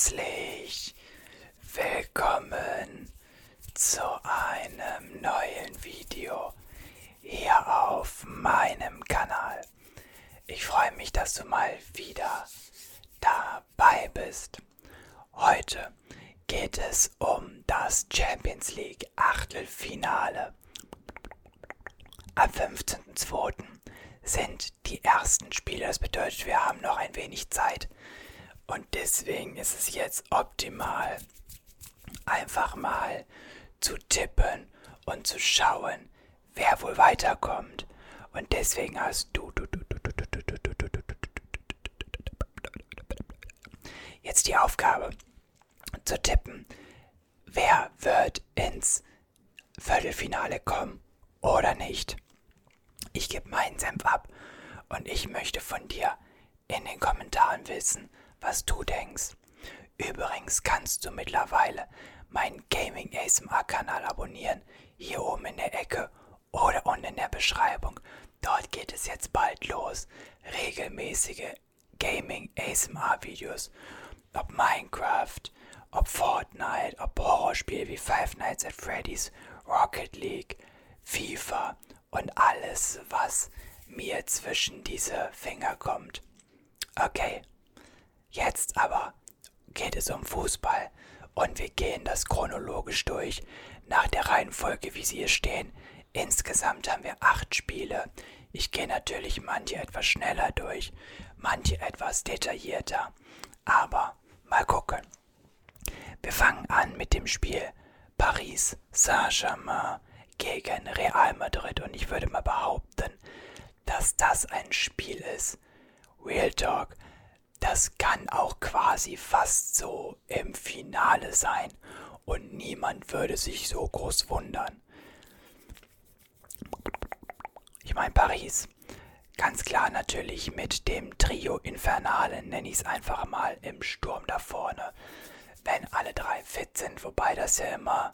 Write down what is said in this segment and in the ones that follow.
Herzlich willkommen zu einem neuen Video hier auf meinem Kanal. Ich freue mich, dass du mal wieder dabei bist. Heute geht es um das Champions League Achtelfinale. Am 15.02. sind die ersten Spiele. Das bedeutet, wir haben noch ein wenig Zeit. Und deswegen ist es jetzt optimal, einfach mal zu tippen und zu schauen, wer wohl weiterkommt. Und deswegen hast du jetzt die Aufgabe zu tippen, wer wird ins Viertelfinale kommen oder nicht. Ich gebe meinen Senf ab und ich möchte von dir in den Kommentaren wissen, was du denkst. Übrigens kannst du mittlerweile meinen Gaming ASMR Kanal abonnieren, hier oben in der Ecke oder unten in der Beschreibung. Dort geht es jetzt bald los. Regelmäßige Gaming ASMR Videos, ob Minecraft, ob Fortnite, ob Horrorspiele wie Five Nights at Freddy's, Rocket League, FIFA und alles, was mir zwischen diese Finger kommt. Okay. Jetzt aber geht es um Fußball und wir gehen das chronologisch durch, nach der Reihenfolge, wie sie hier stehen. Insgesamt haben wir 8 Spiele. Ich gehe natürlich manche etwas schneller durch, manche etwas detaillierter, aber mal gucken. Wir fangen an mit dem Spiel Paris Saint-Germain gegen Real Madrid und ich würde mal behaupten, dass das ein Spiel ist. Real Talk. Das kann auch quasi fast so im Finale sein und niemand würde sich so groß wundern. Ich meine Paris, ganz klar natürlich mit dem Trio Infernale, nenne ich es einfach mal, im Sturm da vorne, wenn alle 3 fit sind, wobei das ja immer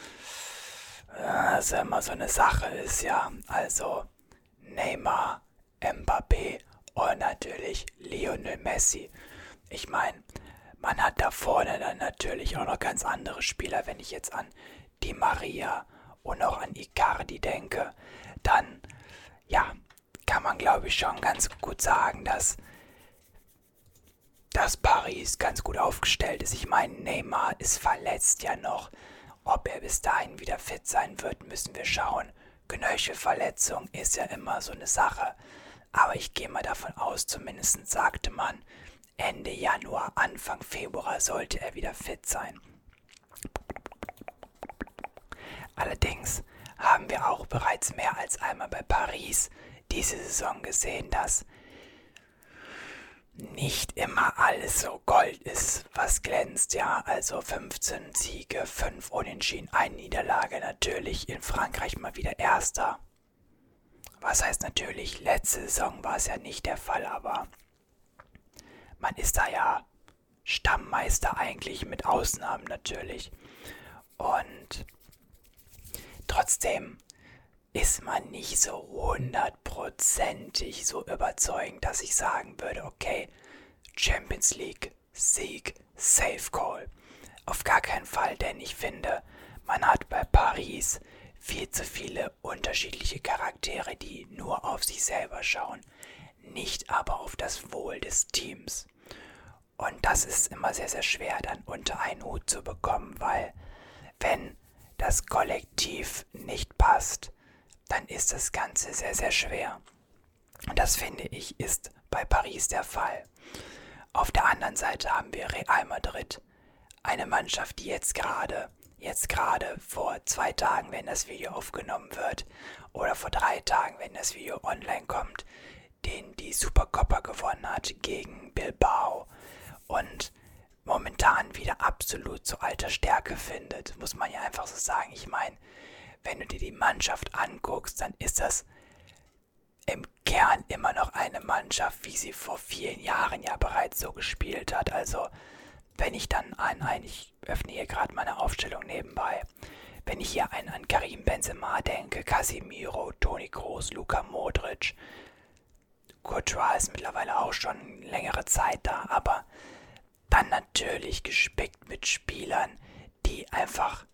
so eine Sache ist, ja, also Neymar, Mbappé und natürlich Lionel Messi. Ich meine, man hat da vorne dann natürlich auch noch ganz andere Spieler. Wenn ich jetzt an Di Maria und auch an Icardi denke, dann, ja, kann man glaube ich schon ganz gut sagen, dass Paris ganz gut aufgestellt ist. Ich meine, Neymar ist verletzt ja noch. Ob er bis dahin wieder fit sein wird, müssen wir schauen. Knöchelverletzung ist ja immer so eine Sache. Aber ich gehe mal davon aus, zumindest sagte man, Ende Januar, Anfang Februar sollte er wieder fit sein. Allerdings haben wir auch bereits mehr als einmal bei Paris diese Saison gesehen, dass nicht immer alles so Gold ist, was glänzt, ja. Also 15 Siege, 5 Unentschieden, 1 Niederlage, natürlich in Frankreich mal wieder Erster. Was heißt natürlich, letzte Saison war es ja nicht der Fall, aber man ist da ja Stammmeister eigentlich, mit Ausnahmen natürlich. Und trotzdem ist man nicht so 100%ig so überzeugend, dass ich sagen würde, okay, Champions League, Sieg, Safe Call. Auf gar keinen Fall, denn ich finde, man hat bei Paris viel zu viele unterschiedliche Charaktere, die nur auf sich selber schauen, nicht aber auf das Wohl des Teams. Und das ist immer sehr, sehr schwer dann unter einen Hut zu bekommen, weil wenn das Kollektiv nicht passt, dann ist das Ganze sehr, sehr schwer. Und das finde ich ist bei Paris der Fall. Auf der anderen Seite haben wir Real Madrid, eine Mannschaft, die jetzt gerade vor 2 Tagen, wenn das Video aufgenommen wird, oder vor 3 Tagen, wenn das Video online kommt, den die Supercopa gewonnen hat gegen Bilbao und momentan wieder absolut zu alter Stärke findet, muss man ja einfach so sagen. Ich meine, wenn du dir die Mannschaft anguckst, dann ist das im Kern immer noch eine Mannschaft, wie sie vor vielen Jahren ja bereits so gespielt hat. Also wenn ich dann ich öffne hier gerade meine Aufstellung nebenbei, wenn ich hier an Karim Benzema denke, Casemiro, Toni Kroos, Luka Modric, Courtois ist mittlerweile auch schon längere Zeit da, aber dann natürlich gespickt mit Spielern, die einfach,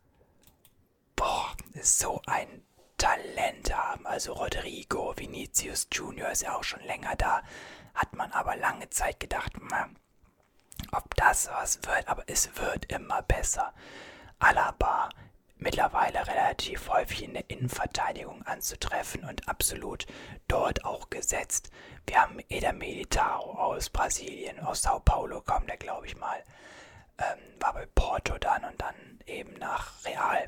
so ein Talent haben. Also Rodrigo, Vinicius Junior ist ja auch schon länger da. Hat man aber lange Zeit gedacht, ob das was wird, aber es wird immer besser. Alaba mittlerweile relativ häufig in der Innenverteidigung anzutreffen und absolut dort auch gesetzt. Wir haben Eder Militao aus Brasilien, aus Sao Paulo kommt der, glaube ich mal. War bei Porto dann und dann eben nach Real.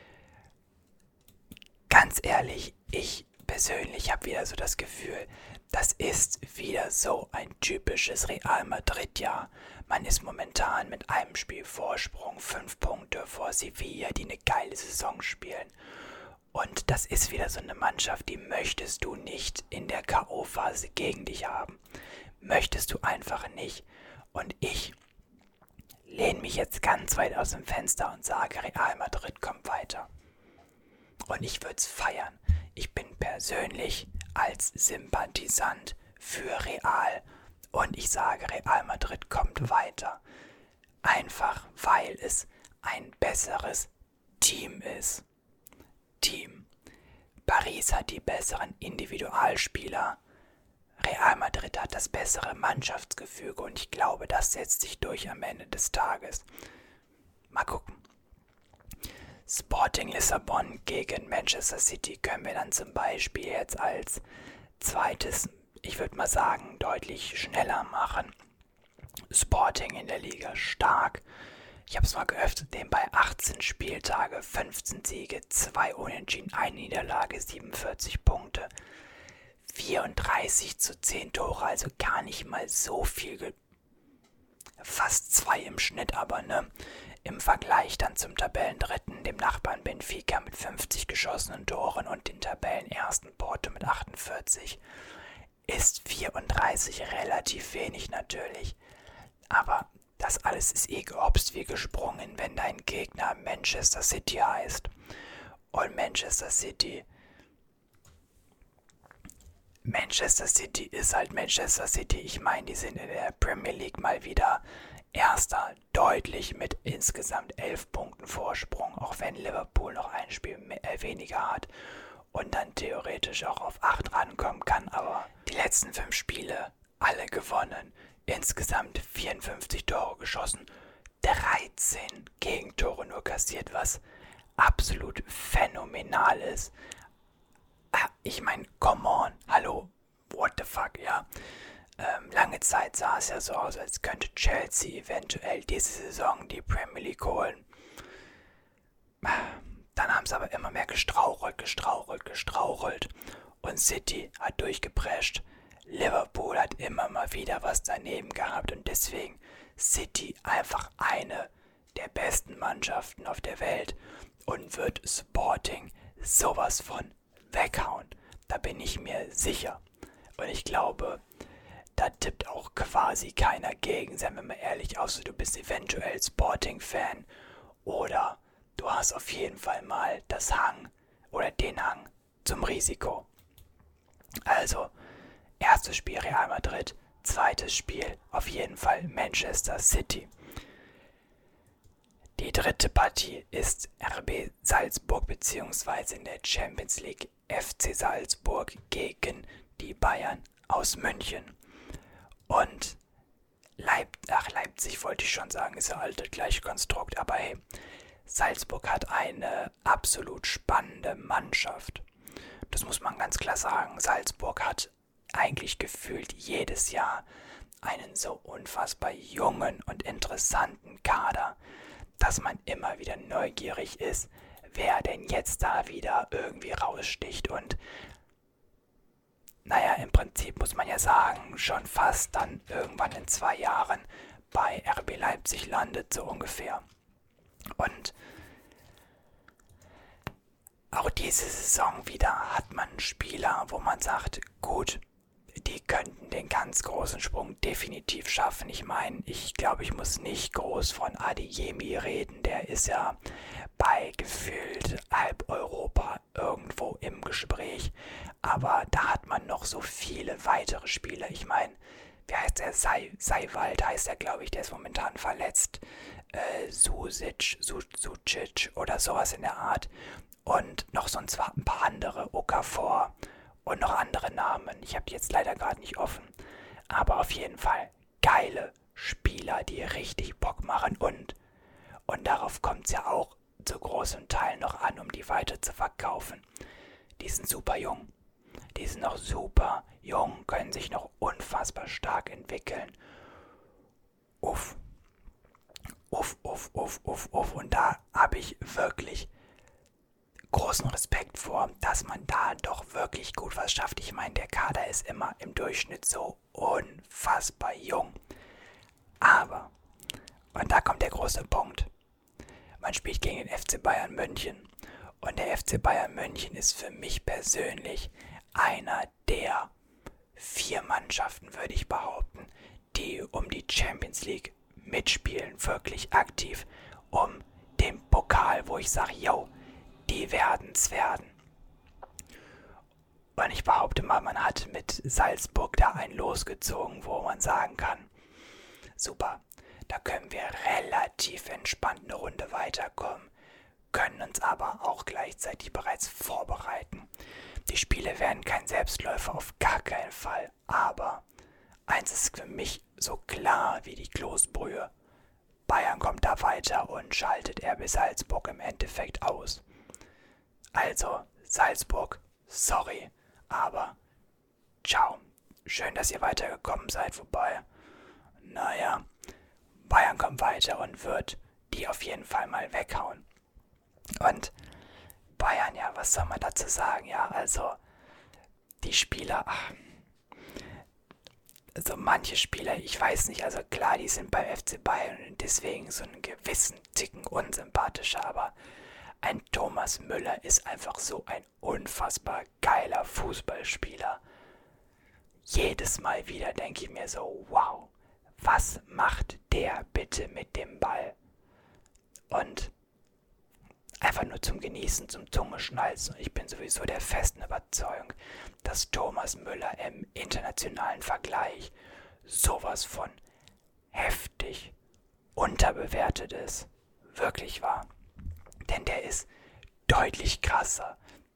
Ganz ehrlich, ich persönlich habe wieder so das Gefühl, das ist wieder so ein typisches Real Madrid-Jahr. Man ist momentan mit einem Spiel Vorsprung 5 Punkte vor Sevilla, die eine geile Saison spielen. Und das ist wieder so eine Mannschaft, die möchtest du nicht in der K.O.-Phase gegen dich haben. Möchtest du einfach nicht. Und ich lehne mich jetzt ganz weit aus dem Fenster und sage, Real Madrid kommt weiter. Und ich würde es feiern. Ich bin persönlich als Sympathisant für Real und ich sage, Real Madrid kommt weiter. Einfach weil es ein besseres Team ist. Paris hat die besseren Individualspieler. Real Madrid hat das bessere Mannschaftsgefüge und ich glaube, das setzt sich durch am Ende des Tages. Mal gucken. Sporting Lissabon gegen Manchester City können wir dann zum Beispiel jetzt als zweites, ich würde mal sagen, deutlich schneller machen. Sporting in der Liga stark. Ich habe es mal geöffnet, dem bei 18 Spieltage, 15 Siege, 2 Unentschieden, 1 Niederlage, 47 Punkte. 34:10 Tore, also gar nicht mal so viel. Fast 2 im Schnitt aber, ne? Im Vergleich dann zum Tabellendritten, dem Nachbarn Benfica mit 50 geschossenen Toren und den Tabellenersten Porto mit 48, ist 34 relativ wenig natürlich. Aber das alles ist gehopst wie gesprungen, wenn dein Gegner Manchester City heißt. Und Manchester City ist halt Manchester City. Ich meine, die sind in der Premier League mal wieder Erster, deutlich mit insgesamt 11 Punkten Vorsprung, auch wenn Liverpool noch ein Spiel weniger hat und dann theoretisch auch auf 8 rankommen kann, aber die letzten 5 Spiele alle gewonnen, insgesamt 54 Tore geschossen, 13 Gegentore nur kassiert, was absolut phänomenal ist. Ich meine, come on, hallo, what the fuck, ja. Lange Zeit sah es ja so aus, als könnte Chelsea eventuell diese Saison die Premier League holen. Dann haben sie aber immer mehr gestrauchelt. Und City hat durchgeprescht. Liverpool hat immer mal wieder was daneben gehabt und deswegen City einfach eine der besten Mannschaften auf der Welt und wird Sporting sowas von weghauen. Da bin ich mir sicher. Und ich glaube, da tippt auch quasi keiner gegen, seien wir mal ehrlich, außer du bist eventuell Sporting-Fan oder du hast auf jeden Fall mal den Hang zum Risiko. Also, erstes Spiel Real Madrid, zweites Spiel auf jeden Fall Manchester City. Die dritte Partie ist RB Salzburg bzw. in der Champions League FC Salzburg gegen die Bayern aus München. Und Leipzig wollte ich schon sagen, ist ja alte gleiche Konstrukt, aber hey, Salzburg hat eine absolut spannende Mannschaft. Das muss man ganz klar sagen. Salzburg hat eigentlich gefühlt jedes Jahr einen so unfassbar jungen und interessanten Kader, dass man immer wieder neugierig ist, wer denn jetzt da wieder irgendwie raussticht und naja, im Prinzip muss man ja sagen, schon fast dann irgendwann in 2 Jahren bei RB Leipzig landet, so ungefähr. Und auch diese Saison wieder hat man Spieler, wo man sagt, gut, die könnten den ganz großen Sprung definitiv schaffen. Ich meine, ich glaube, ich muss nicht groß von Adeyemi reden. Der ist ja bei gefühlt halb Europa irgendwo im Gespräch. Aber da hat man noch so viele weitere Spieler. Ich meine, wie heißt der? Seiwald heißt er, glaube ich, der ist momentan verletzt. Sucic oder sowas in der Art. Und noch sonst ein paar andere, Okafor und noch andere Namen. Ich habe die jetzt leider gerade nicht offen. Aber auf jeden Fall geile Spieler, die richtig Bock machen. Und darauf kommt es ja auch zu großem Teil noch an, um die weiter zu verkaufen. Die sind super jung. Die sind noch super jung, können sich noch unfassbar stark entwickeln. Uff. Uff, uff, uff, uff, uff. Und da habe ich wirklich großen Respekt vor, dass man da doch wirklich gut was schafft. Ich meine, der Kader ist immer im Durchschnitt so unfassbar jung. Aber, und da kommt der große Punkt, man spielt gegen den FC Bayern München. Und der FC Bayern München ist für mich persönlich einer der 4 Mannschaften, würde ich behaupten, die um die Champions League mitspielen, wirklich aktiv, um den Pokal, wo ich sage, yo, die werden's werden. Und ich behaupte mal, man hat mit Salzburg da einen losgezogen, wo man sagen kann, super, da können wir relativ entspannt eine Runde weiterkommen, können uns aber auch gleichzeitig bereits vorbereiten. Die Spiele werden kein Selbstläufer, auf gar keinen Fall, aber eins ist für mich so klar wie die Kloßbrühe. Bayern kommt da weiter und schaltet RB Salzburg im Endeffekt aus. Also, Salzburg, sorry, aber ciao. Schön, dass ihr weitergekommen seid, wobei, naja, Bayern kommt weiter und wird die auf jeden Fall mal weghauen. Und Bayern, ja, was soll man dazu sagen? Ja, also, die Spieler, also manche Spieler, ich weiß nicht, also klar, die sind beim FC Bayern und deswegen so einen gewissen Ticken unsympathischer, aber ein Thomas Müller ist einfach so ein unfassbar geiler Fußballspieler. Jedes Mal wieder denke ich mir so, wow, was macht der bitte mit dem Ball? Und einfach nur zum Genießen, zum Zungeschnalzen. Ich bin sowieso der festen Überzeugung, dass Thomas Müller im internationalen Vergleich sowas von heftig unterbewertet ist. Wirklich wahr. Denn der ist deutlich krasser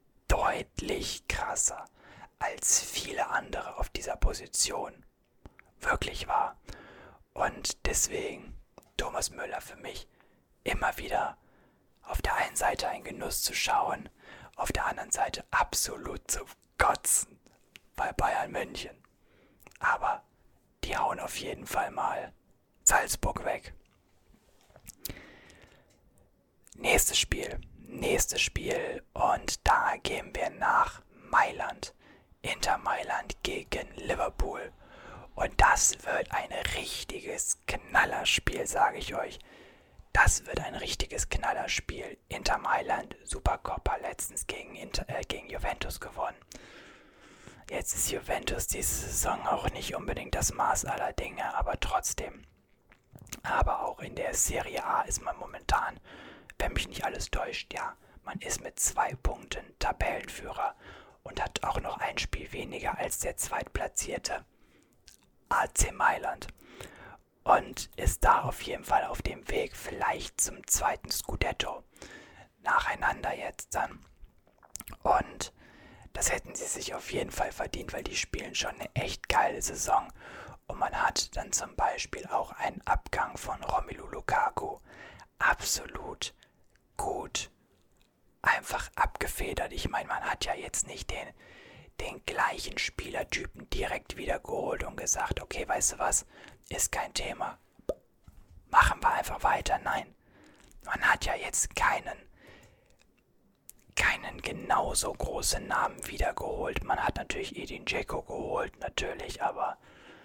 als viele andere auf dieser Position. Wirklich wahr. Und deswegen Thomas Müller für mich immer wieder auf der einen Seite ein Genuss zu schauen, auf der anderen Seite absolut zu kotzen bei Bayern München. Aber die hauen auf jeden Fall mal Salzburg weg. Nächstes Spiel und da gehen wir nach Mailand. Inter Mailand gegen Liverpool. Und das wird ein richtiges Knallerspiel, sage ich euch. Das wird ein richtiges Knallerspiel. Inter Mailand, Supercoppa, letztens gegen Juventus gewonnen. Jetzt ist Juventus diese Saison auch nicht unbedingt das Maß aller Dinge, aber trotzdem. Aber auch in der Serie A ist man momentan, wenn mich nicht alles täuscht, ja, man ist mit 2 Punkten Tabellenführer und hat auch noch ein Spiel weniger als der zweitplatzierte AC Mailand. Und ist da auf jeden Fall auf dem Weg vielleicht zum 2. Scudetto. Nacheinander jetzt dann. Und das hätten sie sich auf jeden Fall verdient, weil die spielen schon eine echt geile Saison. Und man hat dann zum Beispiel auch einen Abgang von Romelu Lukaku. Absolut gut. Einfach abgefedert. Ich meine, man hat ja jetzt nicht den gleichen Spielertypen direkt wieder geholt und gesagt, okay, weißt du was, ist kein Thema. Machen wir einfach weiter. Nein, man hat ja jetzt keinen genauso großen Namen wiedergeholt. Man hat natürlich Edin Dzeko geholt, natürlich, aber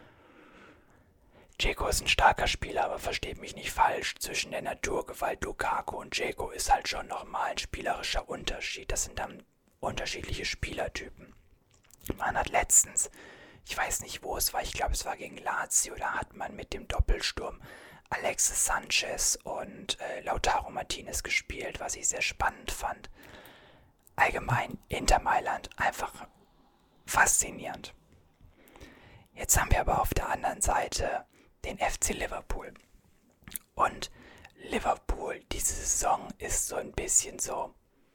Dzeko ist ein starker Spieler, aber versteht mich nicht falsch. Zwischen der Naturgewalt Lukaku und Dzeko ist halt schon nochmal ein spielerischer Unterschied. Das sind dann unterschiedliche Spielertypen. Man hat letztens, ich weiß nicht wo es war, ich glaube es war gegen Lazio, da hat man mit dem Doppelsturm Alexis Sanchez und Lautaro Martinez gespielt, was ich sehr spannend fand. Allgemein Inter Mailand einfach faszinierend. Jetzt haben wir aber auf der anderen Seite den FC Liverpool. Und Liverpool diese Saison ist so ein bisschen so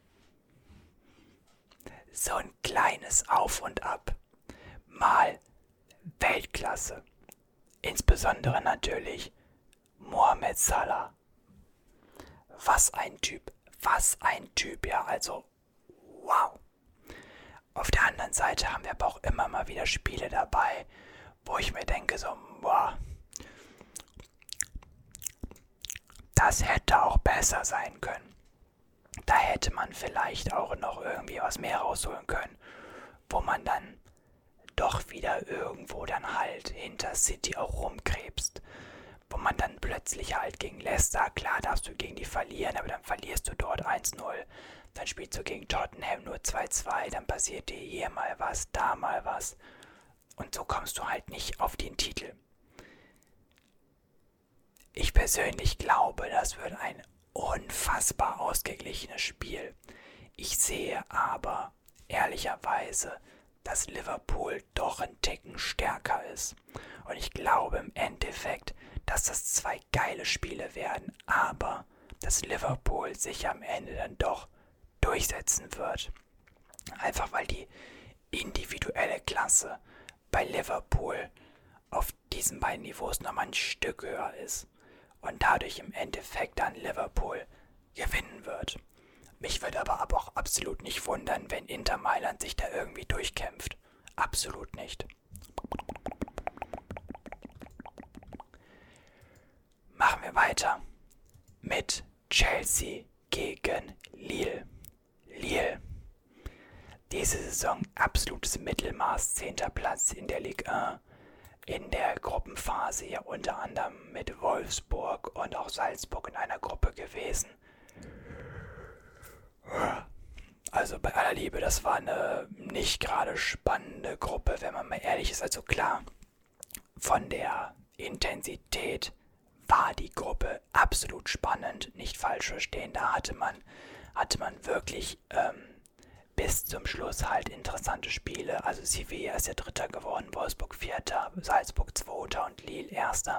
ein kleines Auf und Ab. Mal Weltklasse. Insbesondere natürlich Mohamed Salah. Was ein Typ, ja, also wow. Auf der anderen Seite haben wir aber auch immer mal wieder Spiele dabei, wo ich mir denke so, boah, das hätte auch besser sein können. Da hätte man vielleicht auch noch irgendwie was mehr rausholen können, wo man dann doch wieder irgendwo dann halt hinter City auch rumkrebst. Wo man dann plötzlich halt gegen Leicester, klar darfst du gegen die verlieren, aber dann verlierst du dort 1-0. Dann spielst du gegen Tottenham nur 2-2, dann passiert dir hier mal was, da mal was. Und so kommst du halt nicht auf den Titel. Ich persönlich glaube, das wird ein unfassbar ausgeglichenes Spiel. Ich sehe aber ehrlicherweise, dass Liverpool doch ein Ticken stärker ist. Und ich glaube im Endeffekt, dass das zwei geile Spiele werden, aber dass Liverpool sich am Ende dann doch durchsetzen wird. Einfach weil die individuelle Klasse bei Liverpool auf diesen beiden Niveaus nochmal ein Stück höher ist und dadurch im Endeffekt dann Liverpool gewinnen wird. Mich würde aber auch absolut nicht wundern, wenn Inter Mailand sich da irgendwie durchkämpft. Absolut nicht. Machen wir weiter mit Chelsea gegen Lille. Lille. Diese Saison absolutes Mittelmaß, 10. Platz in der Ligue 1. In der Gruppenphase ja unter anderem mit Wolfsburg und auch Salzburg in einer Gruppe gewesen. Also bei aller Liebe, das war eine nicht gerade spannende Gruppe, wenn man mal ehrlich ist. Also klar, von der Intensität war die Gruppe absolut spannend, nicht falsch verstehen. Da hatte man wirklich bis zum Schluss halt interessante Spiele. Also Sevilla ist ja Dritter geworden, Wolfsburg Vierter, Salzburg Zweiter und Lille Erster.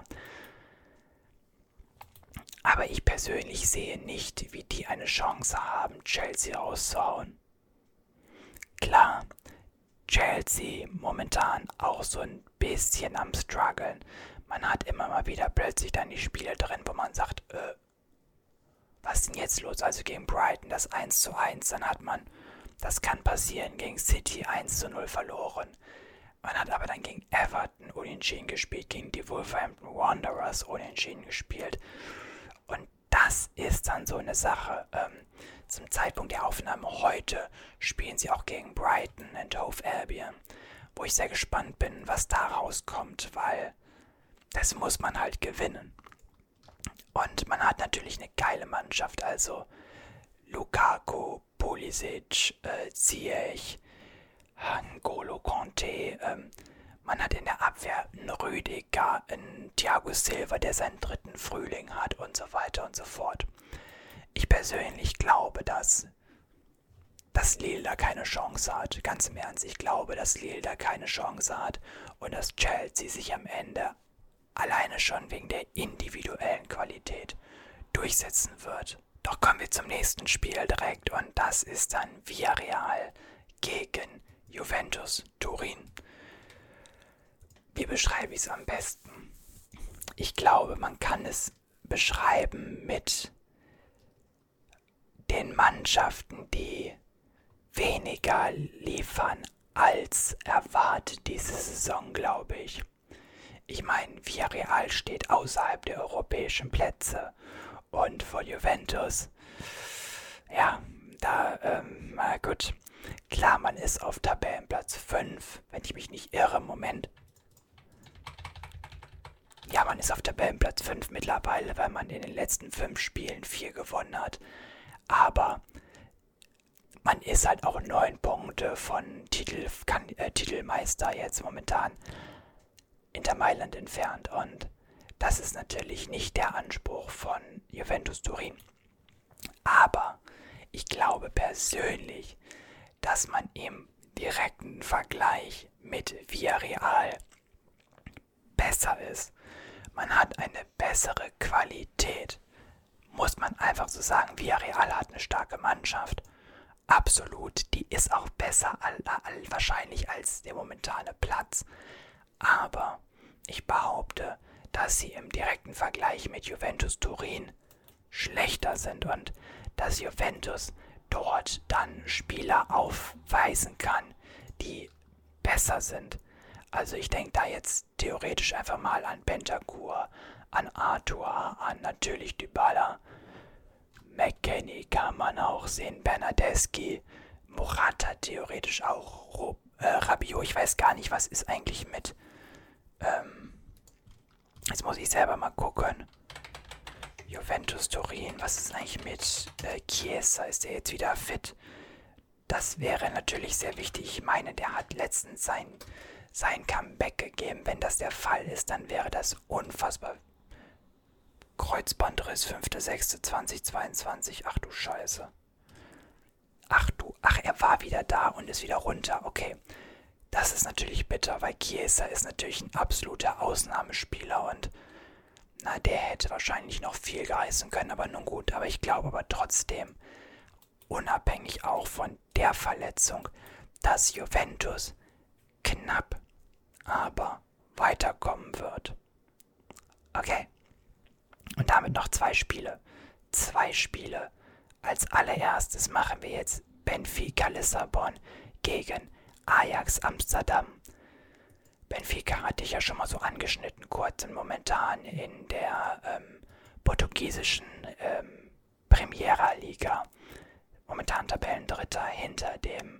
Aber ich persönlich sehe nicht, wie die eine Chance haben, Chelsea rauszuhauen. Klar, Chelsea momentan auch so ein bisschen am struggeln. Man hat immer mal wieder plötzlich dann die Spiele drin, wo man sagt, was ist denn jetzt los? Also gegen Brighton das 1:1, dann hat man, das kann passieren, gegen City 1:0 verloren. Man hat aber dann gegen Everton unentschieden gespielt, gegen die Wolverhampton Wanderers unentschieden gespielt. Und das ist dann so eine Sache. Zum Zeitpunkt der Aufnahme heute spielen sie auch gegen Brighton and Hove Albion, wo ich sehr gespannt bin, was da rauskommt, weil das muss man halt gewinnen. Und man hat natürlich eine geile Mannschaft, also Lukaku, Pulisic, Ziyech, N'Golo Kanté, man hat in der Abwehr einen Rüdiger, einen Thiago Silva, der seinen dritten Frühling hat und so weiter und so fort. Ich persönlich glaube, dass Lille da keine Chance hat. Ganz im Ernst, ich glaube, dass Lille da keine Chance hat und dass Chelsea sich am Ende alleine schon wegen der individuellen Qualität durchsetzen wird. Doch kommen wir zum nächsten Spiel direkt und das ist dann Villarreal gegen Juventus Turin. Wie beschreibe ich es am besten? Ich glaube, man kann es beschreiben mit den Mannschaften, die weniger liefern als erwartet diese Saison, glaube ich. Ich meine, Villarreal steht außerhalb der europäischen Plätze und von Juventus, ja, da, na gut, klar, man ist auf Tabellenplatz 5, wenn ich mich nicht irre, Moment. Ja, man ist auf Tabellenplatz 5 mittlerweile, weil man in den letzten 5 Spielen 4 gewonnen hat. Aber man ist halt auch 9 Punkte von Titelmeister jetzt momentan Inter Mailand entfernt. Und das ist natürlich nicht der Anspruch von Juventus Turin. Aber ich glaube persönlich, dass man im direkten Vergleich mit Villarreal Man hat eine bessere Qualität. Muss man einfach so sagen, Villarreal hat eine starke Mannschaft. Absolut, die ist auch besser wahrscheinlich als der momentane Platz. Aber ich behaupte, dass sie im direkten Vergleich mit Juventus Turin schlechter sind und dass Juventus dort dann Spieler aufweisen kann, die besser sind. Also ich denke da jetzt theoretisch einfach mal an Bentancur, an Arthur, an natürlich Dybala. McKennie kann man auch sehen, Bernardeschi, Morata theoretisch auch, Rabiot, ich weiß gar nicht, was ist eigentlich mit, jetzt muss ich selber mal gucken. Juventus Turin, was ist eigentlich mit Chiesa, ist der jetzt wieder fit? Das wäre natürlich sehr wichtig. Ich meine, der hat letztens sein Comeback gegeben. Wenn das der Fall ist, dann wäre das unfassbar. Kreuzbandriss, 5.6.2022. Ach du Scheiße. Ach, er war wieder da und ist wieder runter. Okay, das ist natürlich bitter, weil Chiesa ist natürlich ein absoluter Ausnahmespieler und na, der hätte wahrscheinlich noch viel geheißen können, aber nun gut. Aber ich glaube aber trotzdem, unabhängig auch von der Verletzung, dass Juventus knapp, aber weiterkommen wird. Okay. Und damit noch 2 Spiele. 2 Spiele. Als allererstes machen wir jetzt Benfica Lissabon gegen Ajax Amsterdam. Benfica hatte ich ja schon mal so angeschnitten, kurz und momentan in der portugiesischen Primeira Liga. Momentan Tabellendritter hinter dem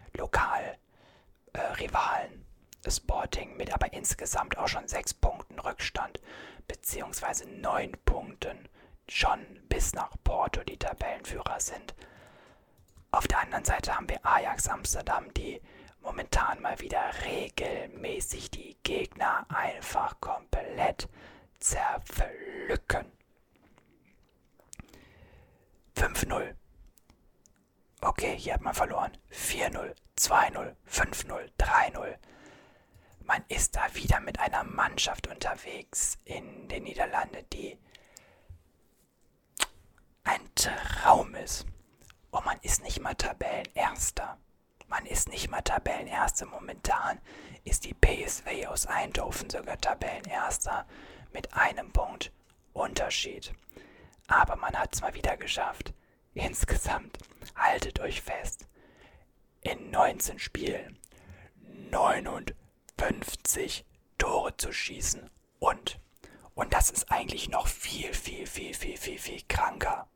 Lokalrivalen Sporting mit aber insgesamt auch schon 6 Punkten Rückstand, beziehungsweise 9 Punkten schon bis nach Porto, die Tabellenführer sind. Auf der anderen Seite haben wir Ajax Amsterdam, die momentan mal wieder regelmäßig die Gegner einfach komplett zerpflücken. 5-0. Okay, hier hat man verloren. 4-0, 2-0, 5-0, 3-0. Man ist da wieder mit einer Mannschaft unterwegs in den Niederlanden, die ein Traum ist. Und man ist nicht mal Tabellenerster. Man ist nicht mal Tabellenerster. Momentan ist die PSV aus Eindhoven sogar Tabellenerster mit 1 Punkt Unterschied. Aber man hat es mal wieder geschafft. Insgesamt, haltet euch fest, in 19 Spielen 59 Tore zu schießen und das ist eigentlich noch viel kranker.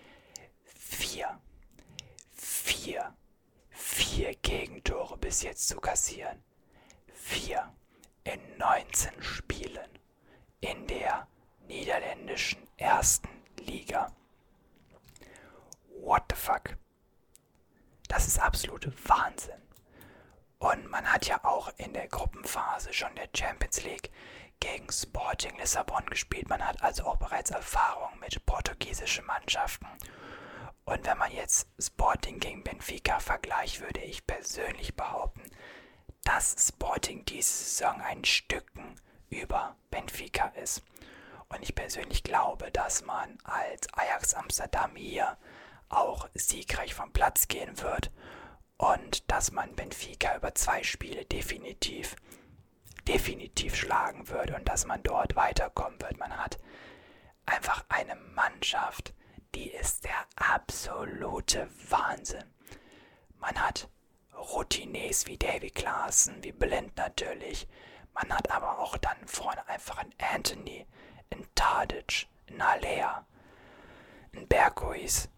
4 Gegentore bis jetzt zu kassieren. 4 in 19 Spielen in der niederländischen ersten Liga. What the fuck? Das ist absolute Wahnsinn. Und man hat ja auch in der Gruppenphase schon der Champions League gegen Sporting Lissabon gespielt. Man hat also auch bereits Erfahrung mit portugiesischen Mannschaften. Und wenn man jetzt Sporting gegen Benfica vergleicht, würde ich persönlich behaupten, dass Sporting diese Saison ein Stücken über Benfica ist. Und ich persönlich glaube, dass man als Ajax Amsterdam hier auch siegreich vom Platz gehen wird und dass man Benfica über 2 Spiele definitiv schlagen wird und dass man dort weiterkommen wird. Man hat einfach eine Mannschaft, die ist der absolute Wahnsinn. Man hat Routiniers wie Davy Klaassen, wie Blind natürlich. Man hat aber auch dann vorne einfach einen Anthony, einen Tadic, einen Haller, einen Berghuis.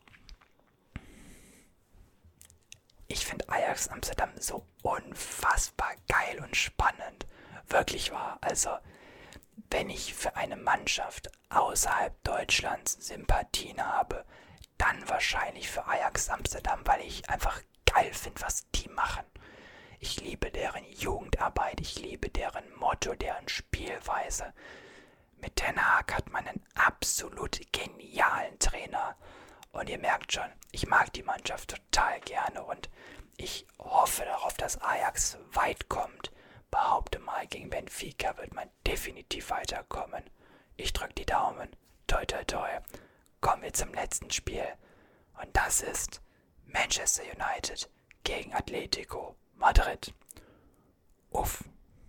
Ich finde Ajax Amsterdam so unfassbar geil und spannend. Wirklich wahr. Also, wenn ich für eine Mannschaft außerhalb Deutschlands Sympathien habe, dann wahrscheinlich für Ajax Amsterdam, weil ich einfach geil finde, was die machen. Ich liebe deren Jugendarbeit, ich liebe deren Motto, deren Spielweise. Mit Ten Hag hat man einen absolut genialen Trainer. Und ihr merkt schon, ich mag die Mannschaft total gerne und ich hoffe darauf, dass Ajax weit kommt. Behaupte mal, gegen Benfica wird man definitiv weiterkommen. Ich drücke die Daumen. Toi, toi, toi. Kommen wir zum letzten Spiel. Und das ist Manchester United gegen Atletico Madrid. Uff.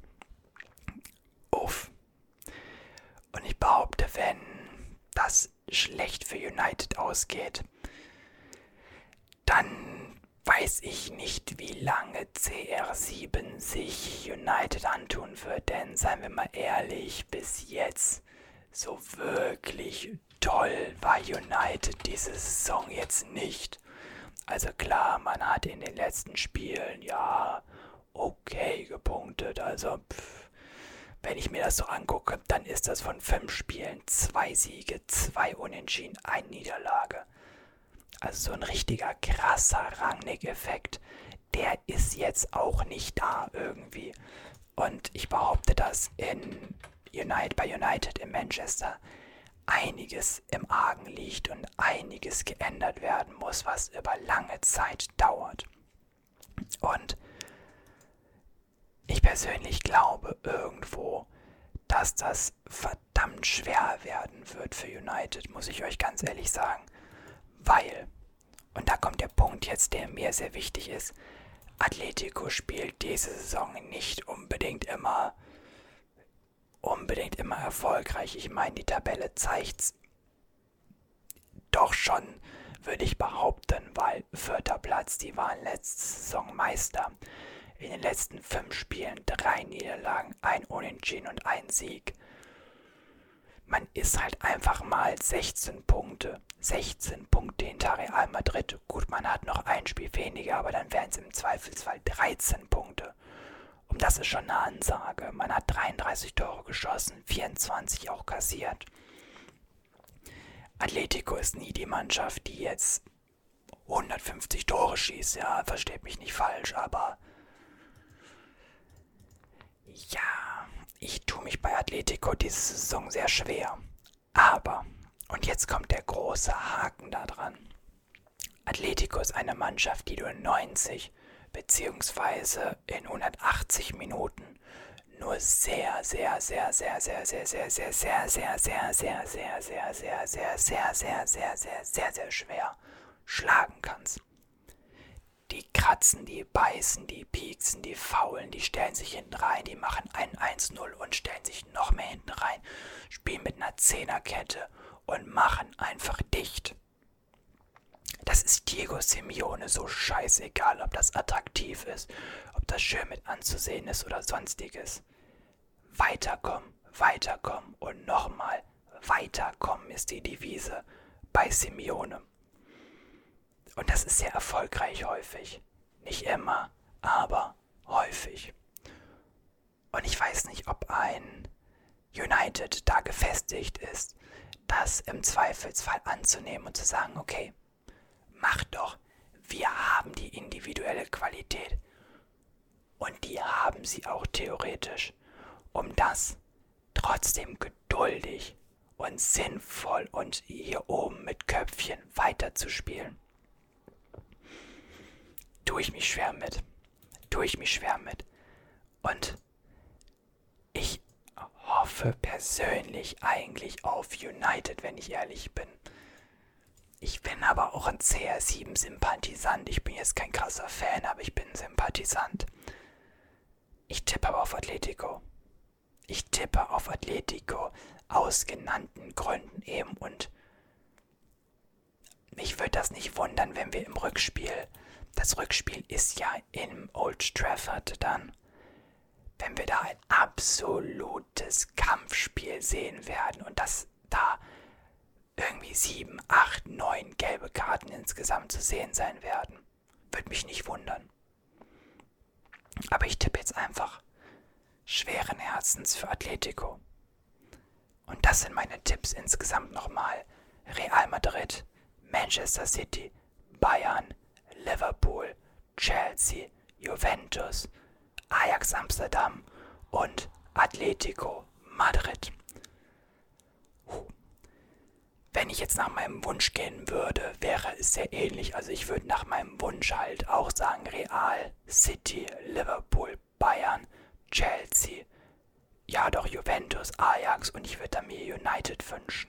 Uff. Und ich behaupte, wenn das schlecht für United ausgeht, dann weiß ich nicht, wie lange CR7 sich United antun wird, denn seien wir mal ehrlich, bis jetzt so wirklich toll war United diese Saison jetzt nicht. Also klar, man hat in den letzten Spielen, ja, okay gepunktet, also wenn ich mir das so angucke, dann ist das von 5 Spielen 2 Siege, 2 Unentschieden, 1 Niederlage. Also so ein richtiger krasser Rangnick-Effekt, der ist jetzt auch nicht da irgendwie. Und ich behaupte, dass bei United in Manchester einiges im Argen liegt und einiges geändert werden muss, was über lange Zeit dauert. Und ich persönlich glaube irgendwo, dass das verdammt schwer werden wird für United, muss ich euch ganz ehrlich sagen. Weil, und da kommt der Punkt jetzt, der mir sehr wichtig ist, Atletico spielt diese Saison nicht unbedingt immer erfolgreich. Ich meine, die Tabelle zeigt's doch schon, würde ich behaupten, weil 4. Platz, die waren letzte Saison Meister. In den letzten 5 Spielen 3 Niederlagen, 1 Unentschieden und 1 Sieg. Man ist halt einfach mal 16 Punkte. 16 Punkte hinter Real Madrid. Gut, man hat noch ein Spiel weniger, aber dann wären es im Zweifelsfall 13 Punkte. Und das ist schon eine Ansage. Man hat 33 Tore geschossen, 24 auch kassiert. Atletico ist nie die Mannschaft, die jetzt 150 Tore schießt. Ja, versteht mich nicht falsch, aber ja, ich tue mich bei Atletico diese Saison sehr schwer. Aber, und jetzt kommt der große Haken da dran. Atletico ist eine Mannschaft, die du in 90 beziehungsweise in 180 Minuten nur sehr schwer schlagen kannst. Die kratzen, die beißen, die pieksen, die faulen, die stellen sich hinten rein, die machen ein 1-0 und stellen sich noch mehr hinten rein, spielen mit einer Zehnerkette und machen einfach dicht. Das ist Diego Simeone so scheißegal, ob das attraktiv ist, ob das schön mit anzusehen ist oder sonstiges. Weiterkommen, weiterkommen und nochmal weiterkommen ist die Devise bei Simeone. Und das ist sehr erfolgreich häufig. Nicht immer, aber häufig. Und ich weiß nicht, ob ein United da gefestigt ist, das im Zweifelsfall anzunehmen und zu sagen, okay, mach doch, wir haben die individuelle Qualität. Und die haben sie auch theoretisch, um das trotzdem geduldig und sinnvoll und hier oben mit Köpfchen weiterzuspielen. Tue ich mich schwer mit. Und ich hoffe persönlich eigentlich auf United, wenn ich ehrlich bin. Ich bin aber auch ein CR7-Sympathisant. Ich bin jetzt kein krasser Fan, aber ich bin ein Sympathisant. Ich tippe aber auf Atletico. Aus genannten Gründen eben. Und mich würde das nicht wundern, wenn wir im Rückspiel, das Rückspiel ist ja im Old Trafford dann, wenn wir da ein absolutes Kampfspiel sehen werden und dass da irgendwie 7, 8, 9 gelbe Karten insgesamt zu sehen sein werden. Würde mich nicht wundern. Aber ich tippe jetzt einfach schweren Herzens für Atletico. Und das sind meine Tipps insgesamt nochmal. Real Madrid, Manchester City, Bayern, Liverpool, Chelsea, Juventus, Ajax Amsterdam und Atletico Madrid. Wenn ich jetzt nach meinem Wunsch gehen würde, wäre es sehr ähnlich. Also ich würde nach meinem Wunsch halt auch sagen Real, City, Liverpool, Bayern, Chelsea, Ja, doch Juventus, Ajax und ich würde mir United wünschen.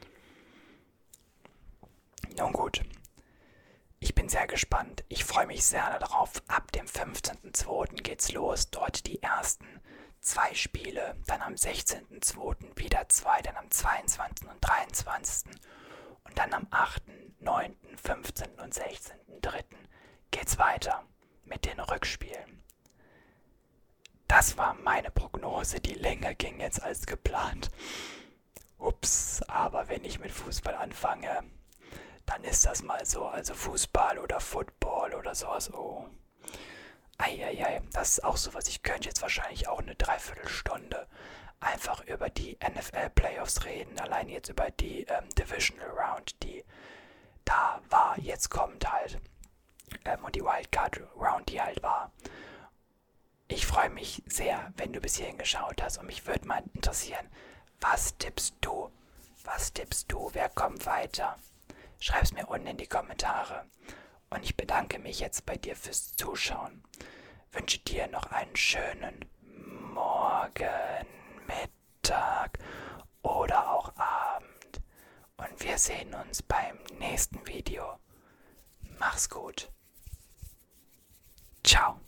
Nun gut, ich bin sehr gespannt. Ich freue mich sehr darauf. Ab dem 15.02. geht's los. Dort die ersten 2 Spiele. Dann am 16.02. wieder 2. Dann am 22. und 23. Und dann am 8., 9., 15. und 16.03. geht's weiter mit den Rückspielen. Das war meine Prognose. Die Länge ging jetzt als geplant. Ups, aber wenn ich mit Fußball anfange, dann ist das mal so. Also Fußball oder Football oder sowas. Oh. Eieiei, das ist auch sowas. Ich könnte jetzt wahrscheinlich auch eine Dreiviertelstunde einfach über die NFL Playoffs reden. Allein jetzt über die Divisional Round, die da war, jetzt kommt halt. Und die Wildcard Round, die halt war. Ich freue mich sehr, wenn du bis hierhin geschaut hast, und mich würde mal interessieren, was tippst du? Was tippst du? Wer kommt weiter? Schreib's mir unten in die Kommentare. Und ich bedanke mich jetzt bei dir fürs Zuschauen. Wünsche dir noch einen schönen Morgen, Mittag oder auch Abend. Und wir sehen uns beim nächsten Video. Mach's gut. Ciao.